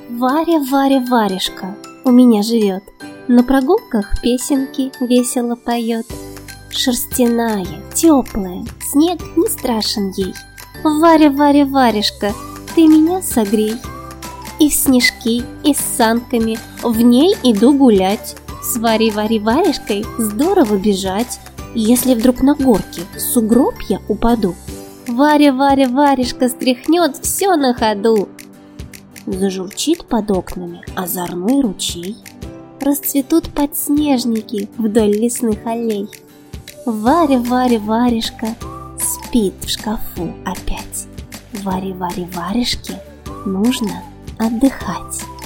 Варя, Варя, Варежка у меня живет, на прогулках песенки весело поет. Шерстяная, теплая, снег не страшен ей. Варя, Варя, Варежка, ты меня согрей. И в снежки, и с санками в ней иду гулять. С Варей, Варей, Варежкой здорово бежать. Если вдруг на горке сугроб я упаду, Варя, Варя, Варежка стряхнет все на ходу. Зажурчит под окнами озорной ручей, расцветут подснежники вдоль лесных аллей. Варя, Варя, Варежка спит в шкафу опять. Варе, Варе, Варежке нужно отдыхать.